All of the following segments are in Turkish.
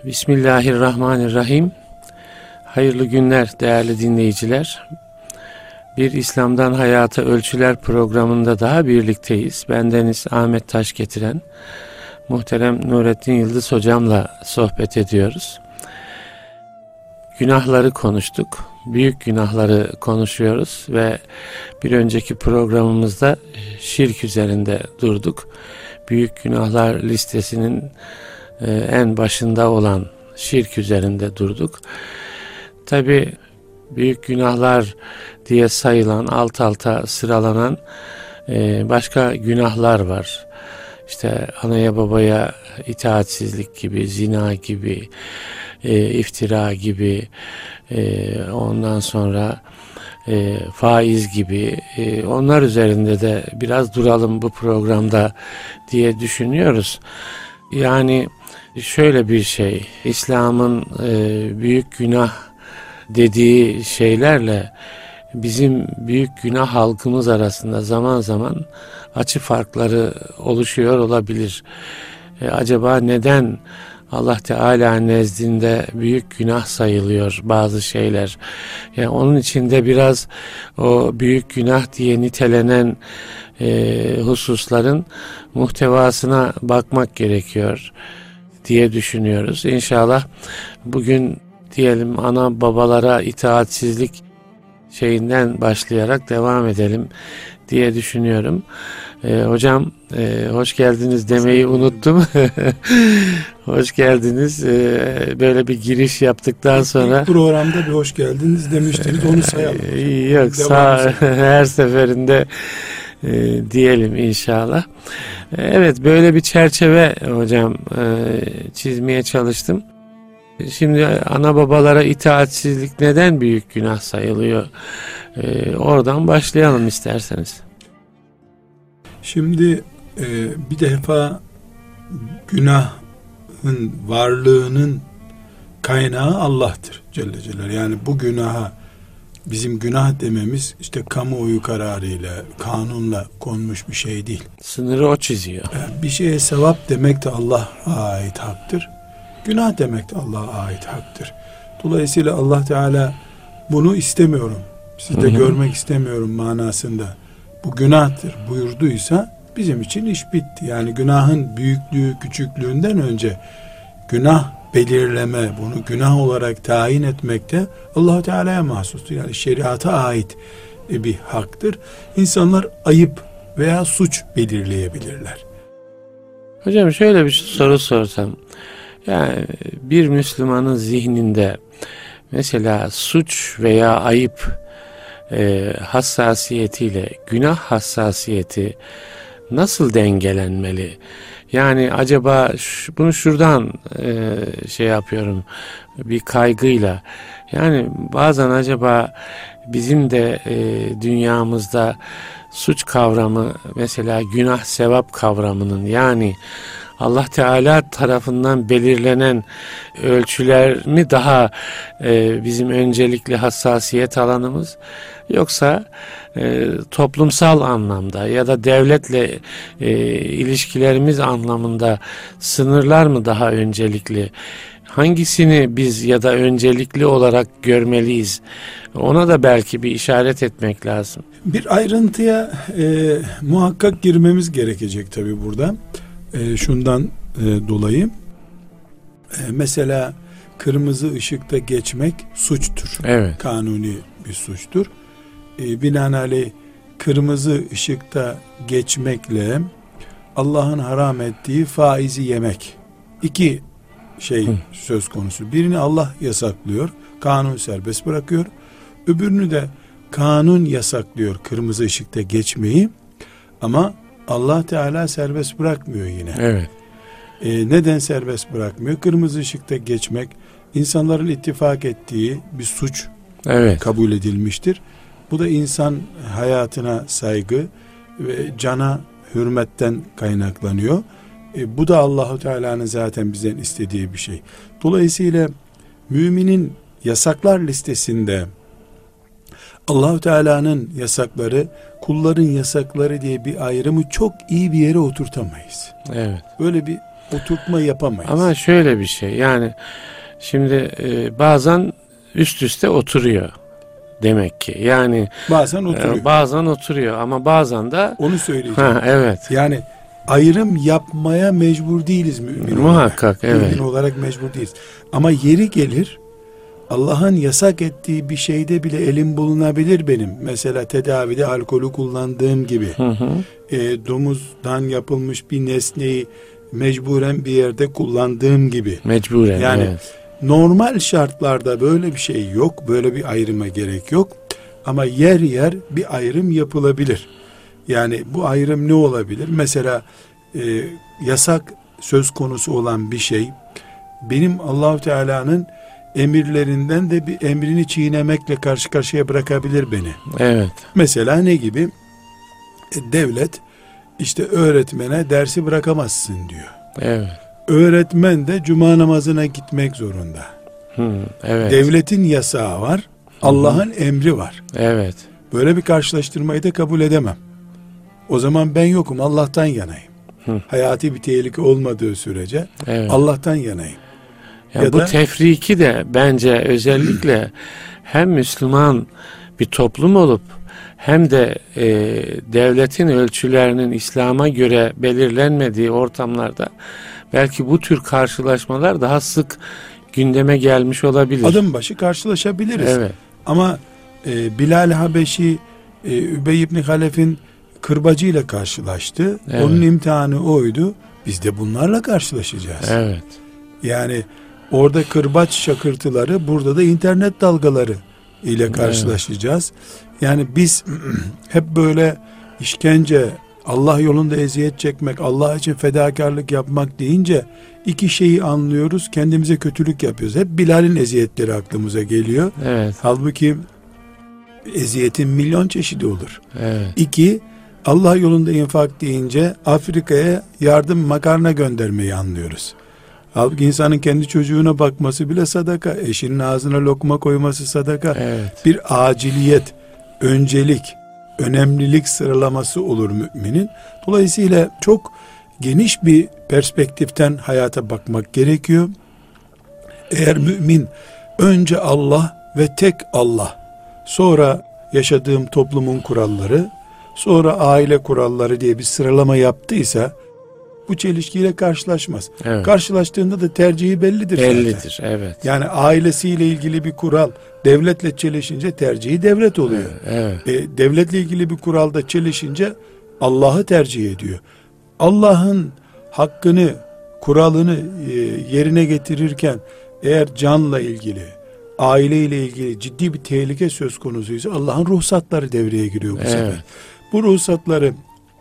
Bismillahirrahmanirrahim. Hayırlı günler değerli dinleyiciler. Bir İslam'dan Hayata Ölçüler programında daha birlikteyiz. Bendeniz Ahmet Taş getiren muhterem Nurettin Yıldız hocamla sohbet ediyoruz. Günahları konuştuk. Büyük günahları konuşuyoruz ve bir önceki programımızda şirk üzerinde durduk. Büyük günahlar listesinin en başında olan şirk üzerinde durduk. Tabi büyük günahlar diye sayılan, alt alta sıralanan başka günahlar var. İşte anaya babaya itaatsizlik gibi, zina gibi, iftira gibi, ondan sonra faiz gibi, onlar üzerinde de biraz duralım bu programda diye düşünüyoruz. Yani şöyle bir şey, İslam'ın büyük günah dediği şeylerle bizim büyük günah halkımız arasında zaman zaman açı farkları oluşuyor olabilir. Acaba neden Allah Teala nezdinde büyük günah sayılıyor bazı şeyler? Yani onun içinde biraz o büyük günah diye nitelenen hususların muhtevasına bakmak gerekiyor diye düşünüyoruz. İnşallah bugün diyelim ana babalara itaatsizlik şeyinden başlayarak devam edelim diye düşünüyorum. Hocam hoş geldiniz demeyi unuttum. Hoş geldiniz. Böyle bir giriş yaptıktan sonra. İlk programda bir hoş geldiniz demiştiniz, onu sayalım. Yok, her seferinde diyelim inşallah. Evet, böyle bir çerçeve hocam çizmeye çalıştım. Şimdi ana babalara itaatsizlik neden büyük günah sayılıyor? Oradan başlayalım isterseniz. Şimdi bir defa günahın varlığının kaynağı Allah'tır Celle Celaluhu. Yani bu günaha bizim günah dememiz işte kamuoyu kararıyla, kanunla konmuş bir şey değil. Sınırı o çiziyor. Bir şeye sevap demek de Allah'a ait haktır. Günah demek de Allah'a ait haktır. Dolayısıyla Allah Teala bunu istemiyorum, sizde görmek istemiyorum manasında bu günahtır buyurduysa bizim için iş bitti. Yani günahın büyüklüğü küçüklüğünden önce günah belirleme, bunu günah olarak tayin etmek de Allah Teala'ya mahsustur. Yani şeriata ait bir haktır. İnsanlar ayıp veya suç belirleyebilirler. Hocam şöyle bir soru sorsam. Yani bir Müslümanın zihninde mesela suç veya ayıp hassasiyetiyle günah hassasiyeti nasıl dengelenmeli? Yani acaba bunu şuradan şey yapıyorum bir kaygıyla. Yani bazen acaba bizim de dünyamızda suç kavramı mesela günah sevap kavramının, yani Allah Teala tarafından belirlenen ölçüler mi daha bizim öncelikli hassasiyet alanımız, yoksa toplumsal anlamda ya da devletle ilişkilerimiz anlamında sınırlar mı daha öncelikli? Hangisini biz ya da öncelikli olarak görmeliyiz? Ona da belki bir işaret etmek lazım. Bir ayrıntıya muhakkak girmemiz gerekecek tabii burada. Şundan dolayı mesela kırmızı ışıkta geçmek suçtur. Evet. Kanuni bir suçtur. Binaenaleyh kırmızı ışıkta geçmekle Allah'ın haram ettiği faizi yemek, iki şey söz konusu. Birini Allah yasaklıyor, kanun serbest bırakıyor. Öbürünü de kanun yasaklıyor kırmızı ışıkta geçmeyi, ama Allah Teala serbest bırakmıyor yine. Evet. Neden serbest bırakmıyor? Kırmızı ışıkta geçmek insanların ittifak ettiği bir suç, evet, kabul edilmiştir. Bu da insan hayatına saygı ve cana hürmetten kaynaklanıyor. Bu da Allahu Teala'nın zaten bizden istediği bir şey. Dolayısıyla müminin yasaklar listesinde Allahu Teala'nın yasakları, kulların yasakları diye bir ayrımı çok iyi bir yere oturtamayız. Evet. Böyle bir oturtma yapamayız. Ama şöyle bir şey, yani şimdi bazen üst üste oturuyor demek ki. Yani bazen oturuyor. Bazen oturuyor ama bazen de onu söyleyeceğim. Evet. Yani ayrım yapmaya mecbur değiliz mümin muhakkak olarak. evet. Mümin olarak mecbur değiliz. Ama yeri gelir Allah'ın yasak ettiği bir şeyde bile elim bulunabilir benim. Mesela tedavide alkolü kullandığım gibi. Domuzdan yapılmış bir nesneyi mecburen bir yerde kullandığım gibi. Mecburen. Yani evet. Normal şartlarda böyle bir şey yok. Böyle bir ayrıma gerek yok. Ama yer yer bir ayrım yapılabilir. Yani bu ayrım ne olabilir? Mesela yasak söz konusu olan bir şey benim Allah-u Teala'nın emirlerinden de bir emrini çiğnemekle karşı karşıya bırakabilir beni. Evet. Mesela ne gibi? Devlet işte öğretmene dersi bırakamazsın diyor. Evet. Öğretmen de cuma namazına gitmek zorunda. Evet. Devletin yasağı var, Allah'ın emri var. Evet. Böyle bir karşılaştırmayı da kabul edemem. O zaman ben yokum, Allah'tan yanayım. Hayati bir tehlike olmadığı sürece evet. Allah'tan yanayım. Ya bu tefriki de bence özellikle hem Müslüman bir toplum olup hem de devletin ölçülerinin İslam'a göre belirlenmediği ortamlarda belki bu tür karşılaşmalar daha sık gündeme gelmiş olabilir. Adım başı karşılaşabiliriz. Evet. Ama Bilal Habeşi Übey ibn Halef'in kırbacıyla karşılaştı. Evet. Onun imtihanı oydu. Biz de bunlarla karşılaşacağız. Evet. Yani orada kırbaç şakırtıları, burada da internet dalgaları ile karşılaşacağız. Evet. Yani biz hep böyle işkence, Allah yolunda eziyet çekmek, Allah için fedakarlık yapmak deyince iki şeyi anlıyoruz, kendimize kötülük yapıyoruz. Hep Bilal'in eziyetleri aklımıza geliyor. Evet. Halbuki eziyetin milyon çeşidi olur. Evet. İki, Allah yolunda infak deyince Afrika'ya yardım makarna göndermeyi anlıyoruz. Halbuki insanın kendi çocuğuna bakması bile sadaka, eşinin ağzına lokma koyması sadaka. Evet. Bir aciliyet, öncelik, önemlilik sıralaması olur müminin. Dolayısıyla çok geniş bir perspektiften hayata bakmak gerekiyor. Eğer mümin önce Allah ve tek Allah, sonra yaşadığım toplumun kuralları, sonra aile kuralları diye bir sıralama yaptıysa bu çelişkiyle karşılaşmaz. Evet. Karşılaştığında da tercihi bellidir. Bellidir, zaten. evet. Yani ailesiyle ilgili bir kural devletle çelişince tercihi devlet oluyor. Evet. Devletle ilgili bir kuralda çelişince Allah'ı tercih ediyor. Allah'ın hakkını, kuralını yerine getirirken eğer canla ilgili, aileyle ilgili ciddi bir tehlike söz konusuysa Allah'ın ruhsatları devreye giriyor bu sefer. Bu ruhsatları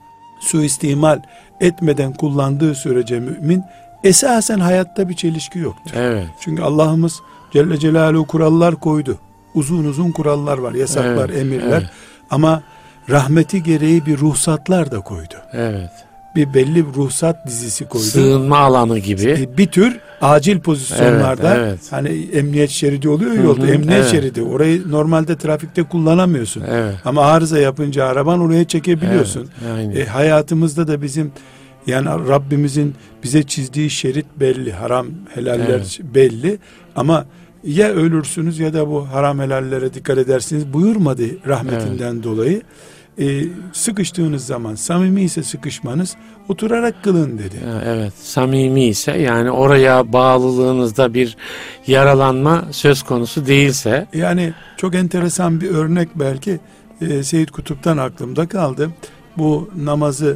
suistimal etmeden kullandığı sürece mümin esasen hayatta bir çelişki yoktur. Evet. Çünkü Allah'ımız Celle Celaluhu kurallar koydu. Uzun uzun kurallar var, yasaklar, emirler. Evet. Ama rahmeti gereği bir ruhsatlar da koydu. Evet. Bir belli bir ruhsat dizisi koydu. Sığınma alanı gibi. Bir tür acil pozisyonlarda hani emniyet şeridi oluyor yolda. Emniyet şeridi. Orayı normalde trafikte kullanamıyorsun. Evet. Ama arıza yapınca araban oraya çekebiliyorsun. Evet. Hayatımızda da bizim yani Rabbimizin bize çizdiği şerit belli. Haram, helaller belli. Ama ya ölürsünüz ya da bu haram helallere dikkat edersiniz buyurmadı rahmetinden dolayı. Sıkıştığınız zaman, samimi ise sıkışmanız oturarak kılın dedi. Evet, samimi ise yani oraya bağlılığınızda bir yaralanma söz konusu değilse. Yani çok enteresan bir örnek belki Seyyid Kutup'tan aklımda kaldı. Bu namazı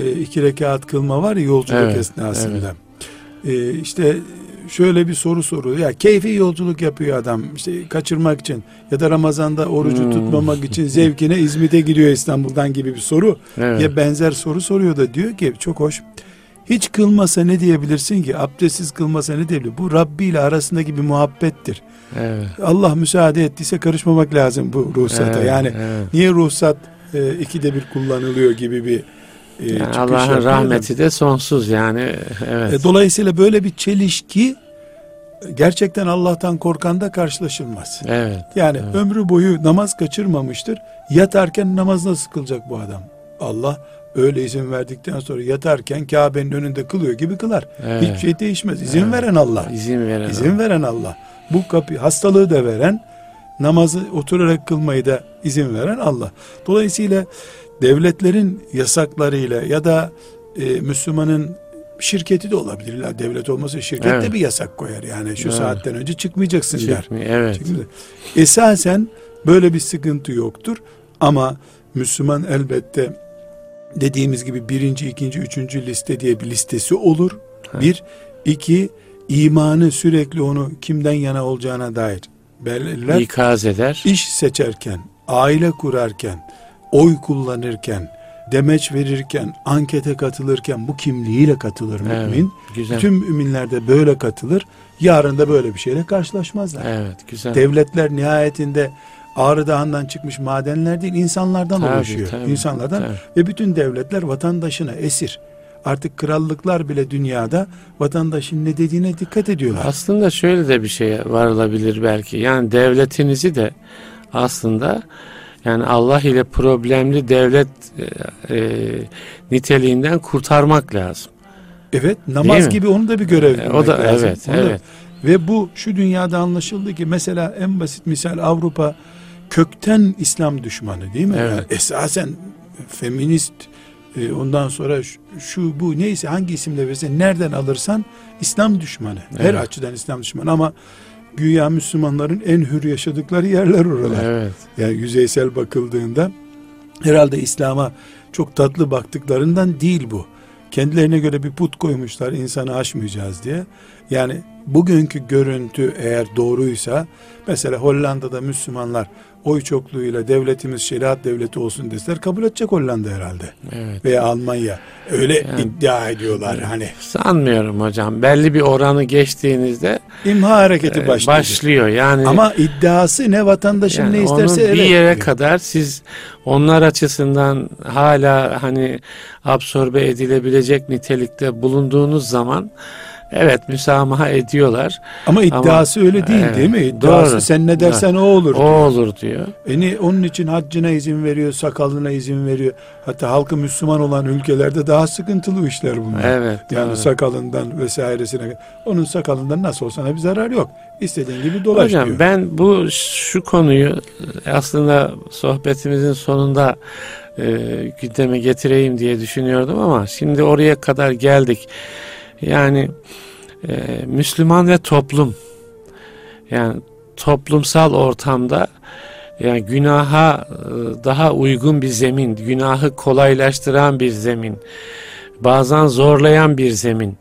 2 rekat kılma var ya yolculuk esnasında. Evet. İşte şöyle bir soru soruyor. Ya keyfi yolculuk yapıyor adam işte kaçırmak için ya da Ramazan'da orucu tutmamak için zevkine İzmit'e gidiyor İstanbul'dan gibi bir soru. Evet. Ya benzer soru soruyor da diyor ki çok hoş. Hiç kılmasa ne diyebilirsin ki? Abdestsiz kılmasa ne diyebilir? Bu Rabbi ile arasındaki bir muhabbettir. Evet. Allah müsaade ettiyse karışmamak lazım bu ruhsata. Yani niye ruhsat 2'de 1 kullanılıyor gibi bir yani Allah'ın rahmeti de sonsuz yani. Evet. Dolayısıyla böyle bir çelişki gerçekten Allah'tan korkanda karşılaşılmaz. Evet. Yani ömrü boyu namaz kaçırmamıştır. Yatarken namaz nasıl kılacak bu adam? Allah öyle izin verdikten sonra yatarken Kabe'nin önünde kılıyor gibi kılar. Evet. Hiçbir şey değişmez. İzin veren Allah. İzin veren Allah. Bu hastalığı da veren, namazı oturarak kılmayı da izin veren Allah. Dolayısıyla devletlerin yasaklarıyla ya da Müslümanın şirketi de olabilir. İlla devlet olmasa şirket de bir yasak koyar. Yani şu saatten önce çıkmayacaksın der. Evet. Esasen böyle bir sıkıntı yoktur. Ama Müslüman elbette dediğimiz gibi 1., 2., 3. liste diye bir listesi olur. Bir. İki, imanı sürekli onu kimden yana olacağına dair belirler. İkaz eder. İş seçerken, aile kurarken, oy kullanırken, demeç verirken, ankete katılırken bu kimliğiyle katılır mümin. Güzel. Tüm müminler de böyle katılır. Yarın da böyle bir şeyle karşılaşmazlar. Evet, güzel. Devletler nihayetinde Ağrı Dağı'ndan çıkmış madenler değil, insanlardan oluşuyor. İnsanlardan ve bütün devletler vatandaşına esir. Artık krallıklar bile dünyada vatandaşın ne dediğine dikkat ediyorlar. Aslında şöyle de bir şey varılabilir belki. Yani devletinizi de aslında yani Allah ile problemli devlet niteliğinden kurtarmak lazım. Evet, namaz gibi onu da bir görev. O da lazım. Evet. Ve bu şu dünyada anlaşıldı ki mesela en basit misal Avrupa kökten İslam düşmanı değil mi? Evet. Yani esasen feminist, ondan sonra şu bu neyse hangi isimle verirsen nereden alırsan İslam düşmanı. Evet. Her açıdan İslam düşmanı ama güya Müslümanların en hür yaşadıkları yerler oralar. Evet. Yani yüzeysel bakıldığında herhalde İslam'a çok tatlı baktıklarından değil bu. Kendilerine göre bir put koymuşlar insanı aşmayacağız diye. Yani bugünkü görüntü eğer doğruysa mesela Hollanda'da Müslümanlar oy çokluğuyla devletimiz şeriat devleti olsun deseler kabul edecek Hollanda herhalde. Evet. Veya Almanya. Öyle yani, iddia ediyorlar hani. Sanmıyorum hocam. Belli bir oranı geçtiğinizde imha hareketi başlıyor. Yani ama iddiası ne vatandaşın yani ne isterse onun bir yere kadar siz onlar açısından hala hani absorbe edilebilecek nitelikte bulunduğunuz zaman evet müsamaha ediyorlar. Ama iddiası öyle değil değil mi? İddiası doğru. Sen ne dersen o olur diyor. O olur diyor. Onun için haccına izin veriyor, sakalına izin veriyor. Hatta halkı Müslüman olan ülkelerde daha sıkıntılı işler bunlar. Evet. Yani sakalından vesairesine. Onun sakalından nasıl olsa bir zarar yok. İstediğin gibi dolaş hocam, diyor. Ben şu konuyu aslında sohbetimizin sonunda gündeme getireyim diye düşünüyordum ama şimdi oraya kadar geldik. Yani Müslüman ve toplum, yani toplumsal ortamda yani günaha daha uygun bir zemin, günahı kolaylaştıran bir zemin, bazen zorlayan bir zemin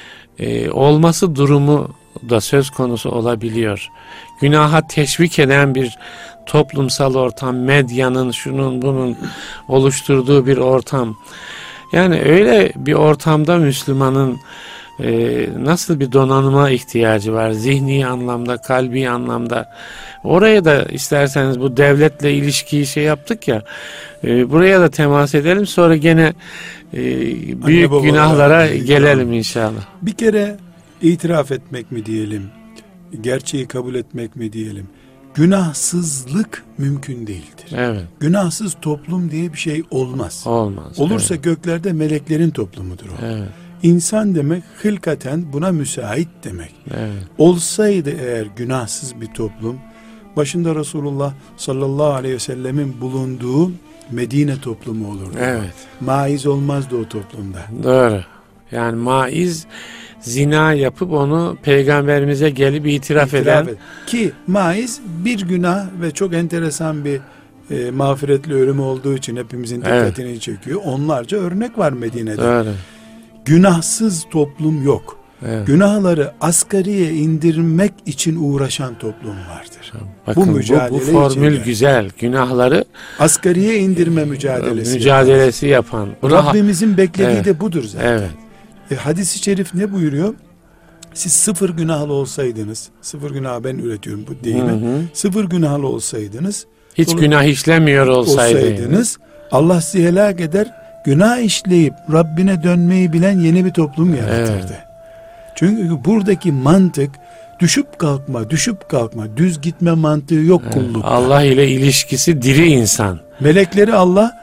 olması durumu da söz konusu olabiliyor. Günaha teşvik eden bir toplumsal ortam, medyanın şunun bunun oluşturduğu bir ortam. Yani öyle bir ortamda Müslümanın nasıl bir donanıma ihtiyacı var? Zihni anlamda, kalbi anlamda. Oraya da isterseniz bu devletle ilişkiyi yaptık ya, buraya da temas edelim. Sonra gene büyük günahlara gelelim inşallah. Bir kere itiraf etmek mi diyelim? Gerçeği kabul etmek mi diyelim? Günahsızlık mümkün değildir. Evet. Günahsız toplum diye bir şey olmaz. Olursa göklerde meleklerin toplumudur o. Evet. İnsan demek hılkaten buna müsait demek. Evet. Olsaydı eğer günahsız bir toplum, başında Resulullah sallallahu aleyhi ve sellemin bulunduğu Medine toplumu olurdu. Evet. Maiz olmazdı o toplumda. Doğru. Yani maiz zina yapıp onu peygamberimize gelip itiraf eden. Ki maiz bir günah ve çok enteresan bir mağfiretli ölümü olduğu için hepimizin dikkatini çekiyor. Onlarca örnek var Medine'de. Doğru. Günahsız toplum yok. Evet. Günahları asgariye indirmek için uğraşan toplum vardır. Bakın, bu formül güzel. Günahları asgariye indirme mücadelesi yapan. Rabbimizin beklediği de budur zaten. Evet. Hadis-i şerif ne buyuruyor? Siz sıfır günahlı olsaydınız, sıfır günah ben üretiyorum bu deyimi. Sıfır günahlı olsaydınız, hiç günah işlemiyor olsaydınız, Allah sizi helak eder. Günah işleyip Rabbine dönmeyi bilen yeni bir toplum yaratırdı. Evet. Çünkü buradaki mantık düşüp kalkma, düz gitme mantığı yok kullukta. Allah ile ilişkisi diri insan. Melekleri Allah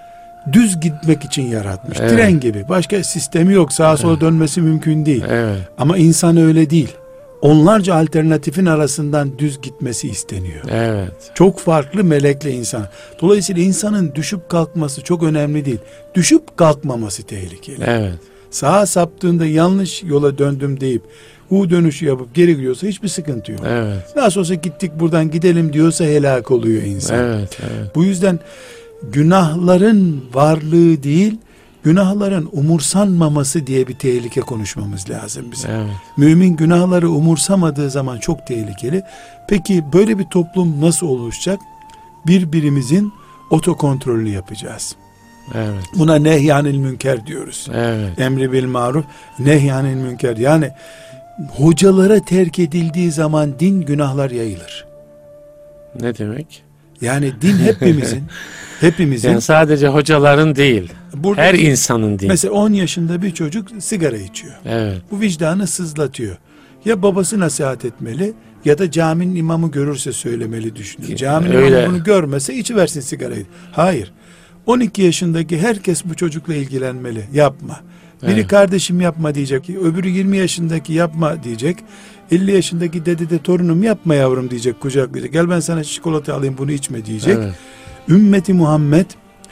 düz gitmek için yaratmış. Evet. Tren gibi. Başka sistemi yok. Sağa sola dönmesi mümkün değil. Evet. Ama insan öyle değil. Onlarca alternatifin arasından düz gitmesi isteniyor. Evet. Çok farklı melekle insan. Dolayısıyla insanın düşüp kalkması çok önemli değil. Düşüp kalkmaması tehlikeli. Evet. Sağa saptığında yanlış yola döndüm deyip U dönüşü yapıp geri gidiyorsa hiçbir sıkıntı yok. Evet. Nasıl olsa gittik buradan gidelim diyorsa helak oluyor insan. Evet. Evet. Bu yüzden günahların varlığı değil, günahların umursanmaması diye bir tehlike konuşmamız lazım bizim. Evet. Mümin günahları umursamadığı zaman çok tehlikeli. Peki böyle bir toplum nasıl oluşacak? Birbirimizin otokontrolünü yapacağız. Evet. Buna nehyanil münker diyoruz. Evet. Emri bil maruf, nehyanil münker. Yani hocalara terk edildiği zaman din, günahlar yayılır. Ne demek? Yani din hepimizin. Yani sadece hocaların değil, Burada her insanın değil. mesela 10 yaşında bir çocuk sigara içiyor. Evet. Bu vicdanı sızlatıyor. Ya babası nasihat etmeli ya da caminin imamı görürse söylemeli düşünüyor. Caminin Öyle. imamı bunu görmese içiversin sigarayı. Hayır. 12 yaşındaki herkes bu çocukla ilgilenmeli. Yapma. Biri Evet. kardeşim yapma diyecek. Öbürü 20 yaşındaki yapma diyecek. 50 yaşındaki dede de torunum yapma yavrum diyecek, kucaklayacak. Gel ben sana çikolata alayım, bunu içme diyecek. Evet. Ümmeti Muhammed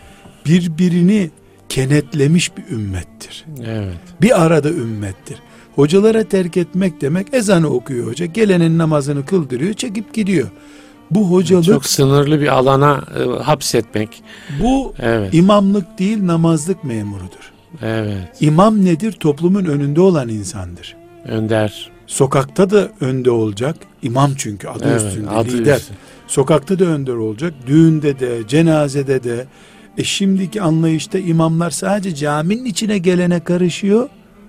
birbirini kenetlemiş bir ümmettir. Evet. Bir arada ümmettir. Hocalara terk etmek demek, ezanı okuyor hoca, gelenin namazını kıldırıyor, çekip gidiyor. Bu hocalık, Çok sınırlı bir alana hapsetmek. bu Evet. imamlık değil, namazlık memurudur. Evet. İmam nedir? Toplumun önünde olan insandır. Önder. Sokakta da önde olacak. İmam çünkü adı Evet, üstünde, adı lider. üstünde. Sokakta da önder olacak. Düğünde de, cenazede de. Şimdiki anlayışta imamlar sadece caminin içine gelene karışıyor.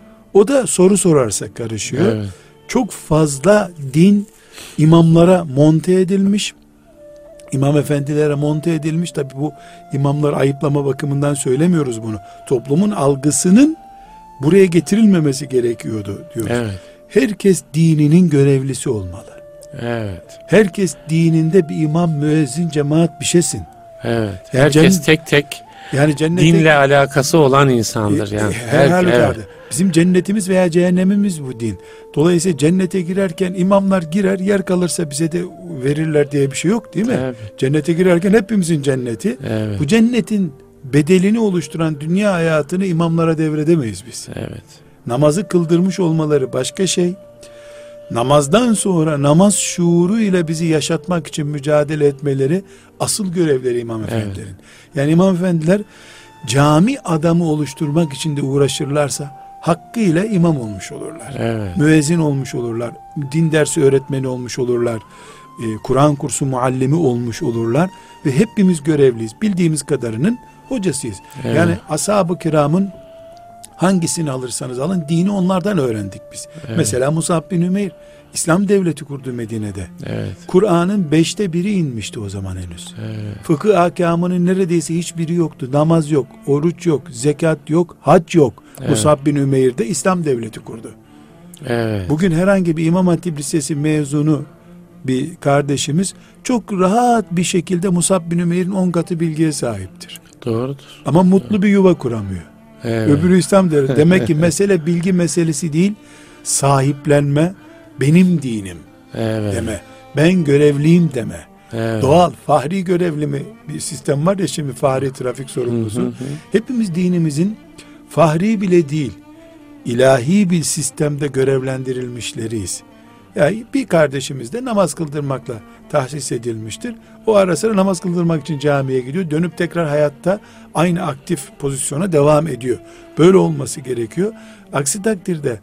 O da soru sorarsa karışıyor. Evet. Çok fazla din imamlara monte edilmiş. İmam efendilere monte edilmiş. Tabi bu imamlar ayıplama bakımından söylemiyoruz bunu. Toplumun algısının buraya getirilmemesi gerekiyordu diyoruz. Evet. Herkes dininin görevlisi olmalı. Evet. Herkes dininde bir imam, müezzin, cemaat bir şeysin. Evet. Yani Herkes tek tek Yani cennete dinle alakası olan insandır yani. her halükarda. Evet. Bizim cennetimiz veya cehennemimiz bu din. Dolayısıyla cennete girerken imamlar girer, yer kalırsa bize de verirler diye bir şey yok değil mi? Evet. Cennete girerken hepimizin cenneti. Evet. Bu cennetin bedelini oluşturan dünya hayatını imamlara devredemeyiz biz. Evet. Namazı kıldırmış olmaları başka şey. Namazdan sonra namaz şuuru ile bizi yaşatmak için mücadele etmeleri asıl görevleri imam efendilerin. Yani imam efendiler cami adamı oluşturmak için de uğraşırlarsa hakkıyla imam olmuş olurlar. Evet. Müezzin olmuş olurlar. Din dersi öğretmeni olmuş olurlar. Kur'an kursu muallimi olmuş olurlar. Ve hepimiz görevliyiz. Bildiğimiz kadarının hocasıyız. Evet. Yani ashab-ı kiramın hangisini alırsanız alın dini onlardan öğrendik biz. Evet. Mesela Musab bin Ümeyr İslam devleti kurdu Medine'de. Evet. Kur'an'ın 1/5 inmişti o zaman henüz. Evet. Fıkıh ahkamının neredeyse hiçbiri yoktu. Namaz yok, oruç yok, zekat yok, hac yok. Evet. Musab bin Ümeyr de İslam devleti kurdu. Evet. Bugün herhangi bir İmam Hatip Lisesi mezunu bir kardeşimiz çok rahat bir şekilde Musab bin Ümeyr'in 10 katı bilgiye sahiptir. Doğrudur. Ama mutlu bir yuva kuramıyor. Evet. Öbürü İslam devleti. Demek ki mesele bilgi meselesi değil, sahiplenme, benim dinim Evet. deme, ben görevliyim deme. Evet. Doğal, fahri görevli mi bir sistem var ya şimdi, fahri trafik sorumlusu. Hı hı. Hepimiz dinimizin fahri bile değil, ilahi bir sistemde görevlendirilmişleriyiz. Yani bir kardeşimiz de namaz kıldırmakla tahsis edilmiştir. O ara sıra namaz kıldırmak için camiye gidiyor. Dönüp tekrar hayatta aynı aktif pozisyona devam ediyor. Böyle olması gerekiyor. Aksi takdirde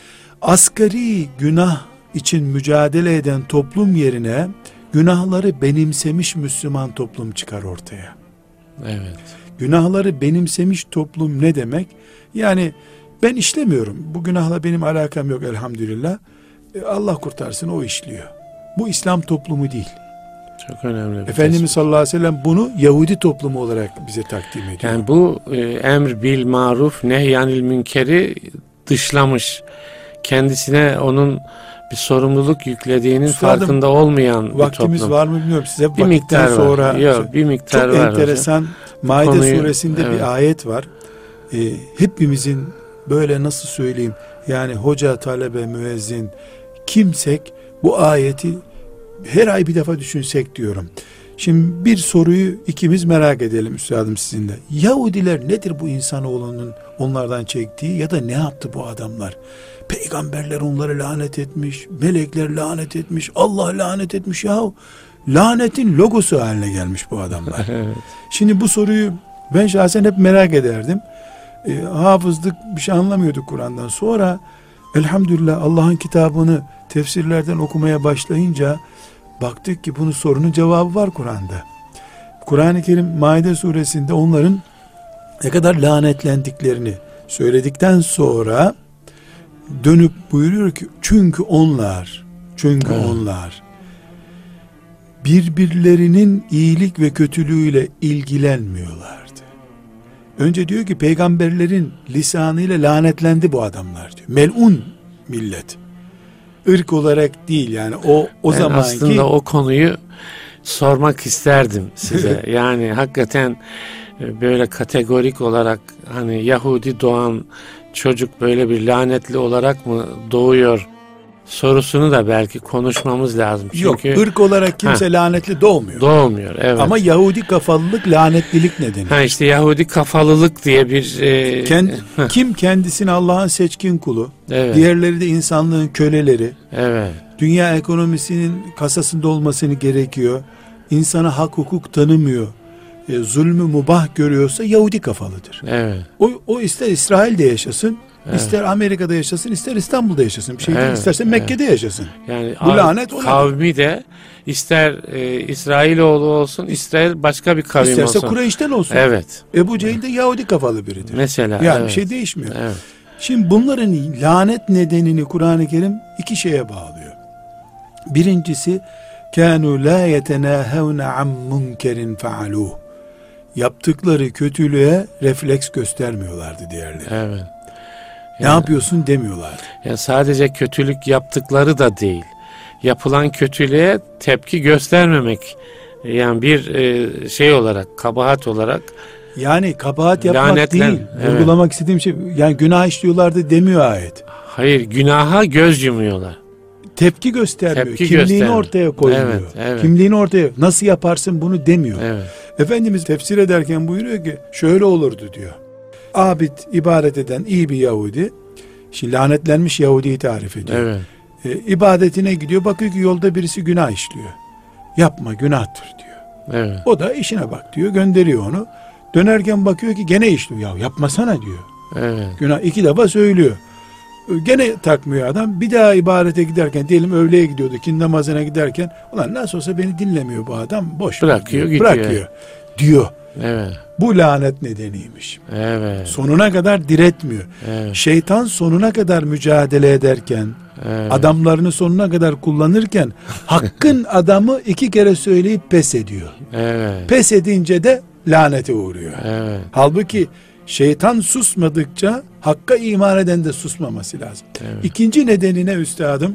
asgari günah için mücadele eden toplum yerine günahları benimsemiş Müslüman toplum çıkar ortaya. Evet. Günahları benimsemiş toplum ne demek? Yani ben işlemiyorum. Bu günahla benim alakam yok elhamdülillah. Allah kurtarsın, o işliyor. Bu İslam toplumu değil. Çok önemli bir Efendimiz tespit. sallallahu aleyhi ve sellem bunu Yahudi toplumu olarak bize takdim ediyor. Yani bu emr bil maruf nehyanil münkeri dışlamış. Kendisine onun bir sorumluluk yüklediğinin Üstadım, farkında olmayan bir vaktimiz toplum. var mı bilmiyorum. Size Bir miktar vakitten sonra var. Yok, bir miktar çok var. enteresan Maide suresinde bir ayet var. Hepimizin böyle nasıl söyleyeyim, yani hoca, talebe, müezzin kimsek bu ayeti her ay bir defa düşünsek diyorum. Şimdi bir soruyu ikimiz merak edelim üstadım sizinle. Yahudiler nedir bu insanoğlunun onlardan çektiği, ya da ne yaptı bu adamlar? Peygamberler onları lanet etmiş, melekler lanet etmiş, Allah lanet etmiş. Yahu lanetin logosu haline gelmiş bu adamlar. Evet. Şimdi bu soruyu ben şahsen hep merak ederdim. Hafızlık, bir şey anlamıyorduk Kur'an'dan. Sonra elhamdülillah Allah'ın kitabını tefsirlerden okumaya başlayınca baktık ki bunun sorunun cevabı var Kur'an'da. Kur'an-ı Kerim Maide suresinde onların ne kadar lanetlendiklerini söyledikten sonra dönüp buyuruyor ki çünkü onlar birbirlerinin iyilik ve kötülüğüyle ilgilenmiyorlardı. Önce diyor ki peygamberlerin lisanıyla lanetlendi bu adamlar diyor. Melun millet. Irk olarak değil, yani o zamanki. Aslında o konuyu sormak isterdim size. Yani hakikaten böyle kategorik olarak hani Yahudi doğan çocuk böyle bir lanetli olarak mı doğuyor sorusunu da belki konuşmamız lazım. Çünkü, yok, ırk olarak kimse lanetli doğmuyor. Doğmuyor, evet. Ama Yahudi kafalılık lanetlilik nedeni. İşte Yahudi kafalılık diye bir... Kim kendisini Allah'ın seçkin kulu, evet. Diğerleri de insanlığın köleleri, evet. Dünya ekonomisinin kasasında olmasını gerekiyor, insana hak hukuk tanımıyor, zulmü mubah görüyorsa Yahudi kafalıdır. Evet. O ister İsrail'de yaşasın, evet. ister Amerika'da yaşasın, ister İstanbul'da yaşasın, bir şey değil, isterse Mekke'de yaşasın. Yani bu lanet ona. Kavmi de ister İsrailoğlu olsun, ister başka bir kavim isterse olsun. Kureyş'ten olsun. Evet. Ebu Cehil de Yahudi kafalı biridir. Mesela. Yani evet. bir şey değişmiyor. Evet. Şimdi bunların lanet nedenini Kur'an-ı Kerim iki şeye bağlıyor. Birincisi kânû lâ yetenâhevne an munkerin fealûh. Yaptıkları kötülüğe refleks göstermiyorlardı diğerleri. Evet. Ne yapıyorsun demiyorlardı. Yani sadece kötülük yaptıkları da değil. Yapılan kötülüğe tepki göstermemek. Yani bir şey olarak, kabahat olarak. Yani kabahat yapmak lanetlen, değil. evet. Vurgulamak istediğim şey, yani günah işliyorlardı demiyor ayet. Hayır, günaha göz yumuyorlar. Tepki göstermiyor. Kimliğini ortaya koymuyor. Evet, evet. Kimliğini ortaya, nasıl yaparsın bunu demiyor. Evet. Efendimiz tefsir ederken buyuruyor ki şöyle olurdu diyor. Abid, ibadet eden iyi bir Yahudi, şimdi lanetlenmiş Yahudi'yi tarif ediyor. Evet. İbadetine gidiyor, bakıyor ki yolda birisi günah işliyor. Yapma, günahtır diyor. Evet. O da işine bak diyor, gönderiyor onu. Dönerken bakıyor ki gene işliyor. Ya yapmasana diyor. Evet. Günah 2 defa söylüyor. Gene takmıyor adam. Bir daha ibadete giderken, diyelim öğleye gidiyordu, ikindi namazına giderken, ulan nasıl olsa beni dinlemiyor bu adam, boş bırakıyor, ver, gidiyor. bırakıyor diyor. Evet. Bu lanet nedeniymiş. Evet. Sonuna kadar diretmiyor. Evet. Şeytan sonuna kadar mücadele ederken, evet. adamlarını sonuna kadar kullanırken, hakkın adamı 2 kere söyleyip pes ediyor. Evet. Pes edince de lanete uğruyor. Evet. Halbuki şeytan susmadıkça hakka iman eden de susmaması lazım. Evet. İkinci nedenine üstadım,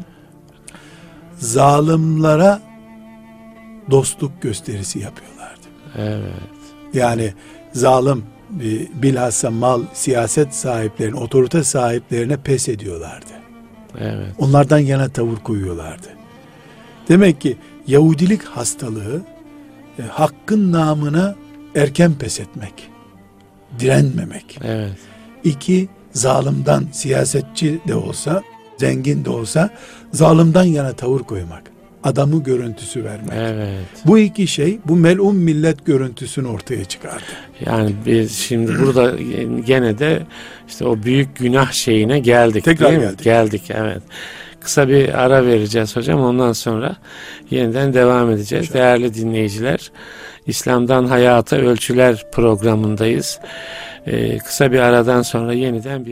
zalimlere dostluk gösterisi yapıyorlardı. Evet. Yani zalim, bilhassa mal, siyaset sahiplerine, otorite sahiplerine pes ediyorlardı. Evet. Onlardan yana tavır koyuyorlardı. Demek ki Yahudilik hastalığı hakkın namına erken pes etmek, direnmemek. Evet. 2, zalimden, siyasetçi de olsa, zengin de olsa zalimden yana tavır koymak. Adamı görüntüsü vermek. Evet. Bu iki şey, bu melun millet görüntüsünü ortaya çıkardı. Yani biz şimdi burada gene de işte o büyük günah şeyine geldik. Tekrar değil mi? geldik. Geldik, evet. Kısa bir ara vereceğiz hocam. Ondan sonra yeniden devam edeceğiz. İnşallah. Değerli dinleyiciler, İslam'dan Hayata Ölçüler programındayız. Kısa bir aradan sonra yeniden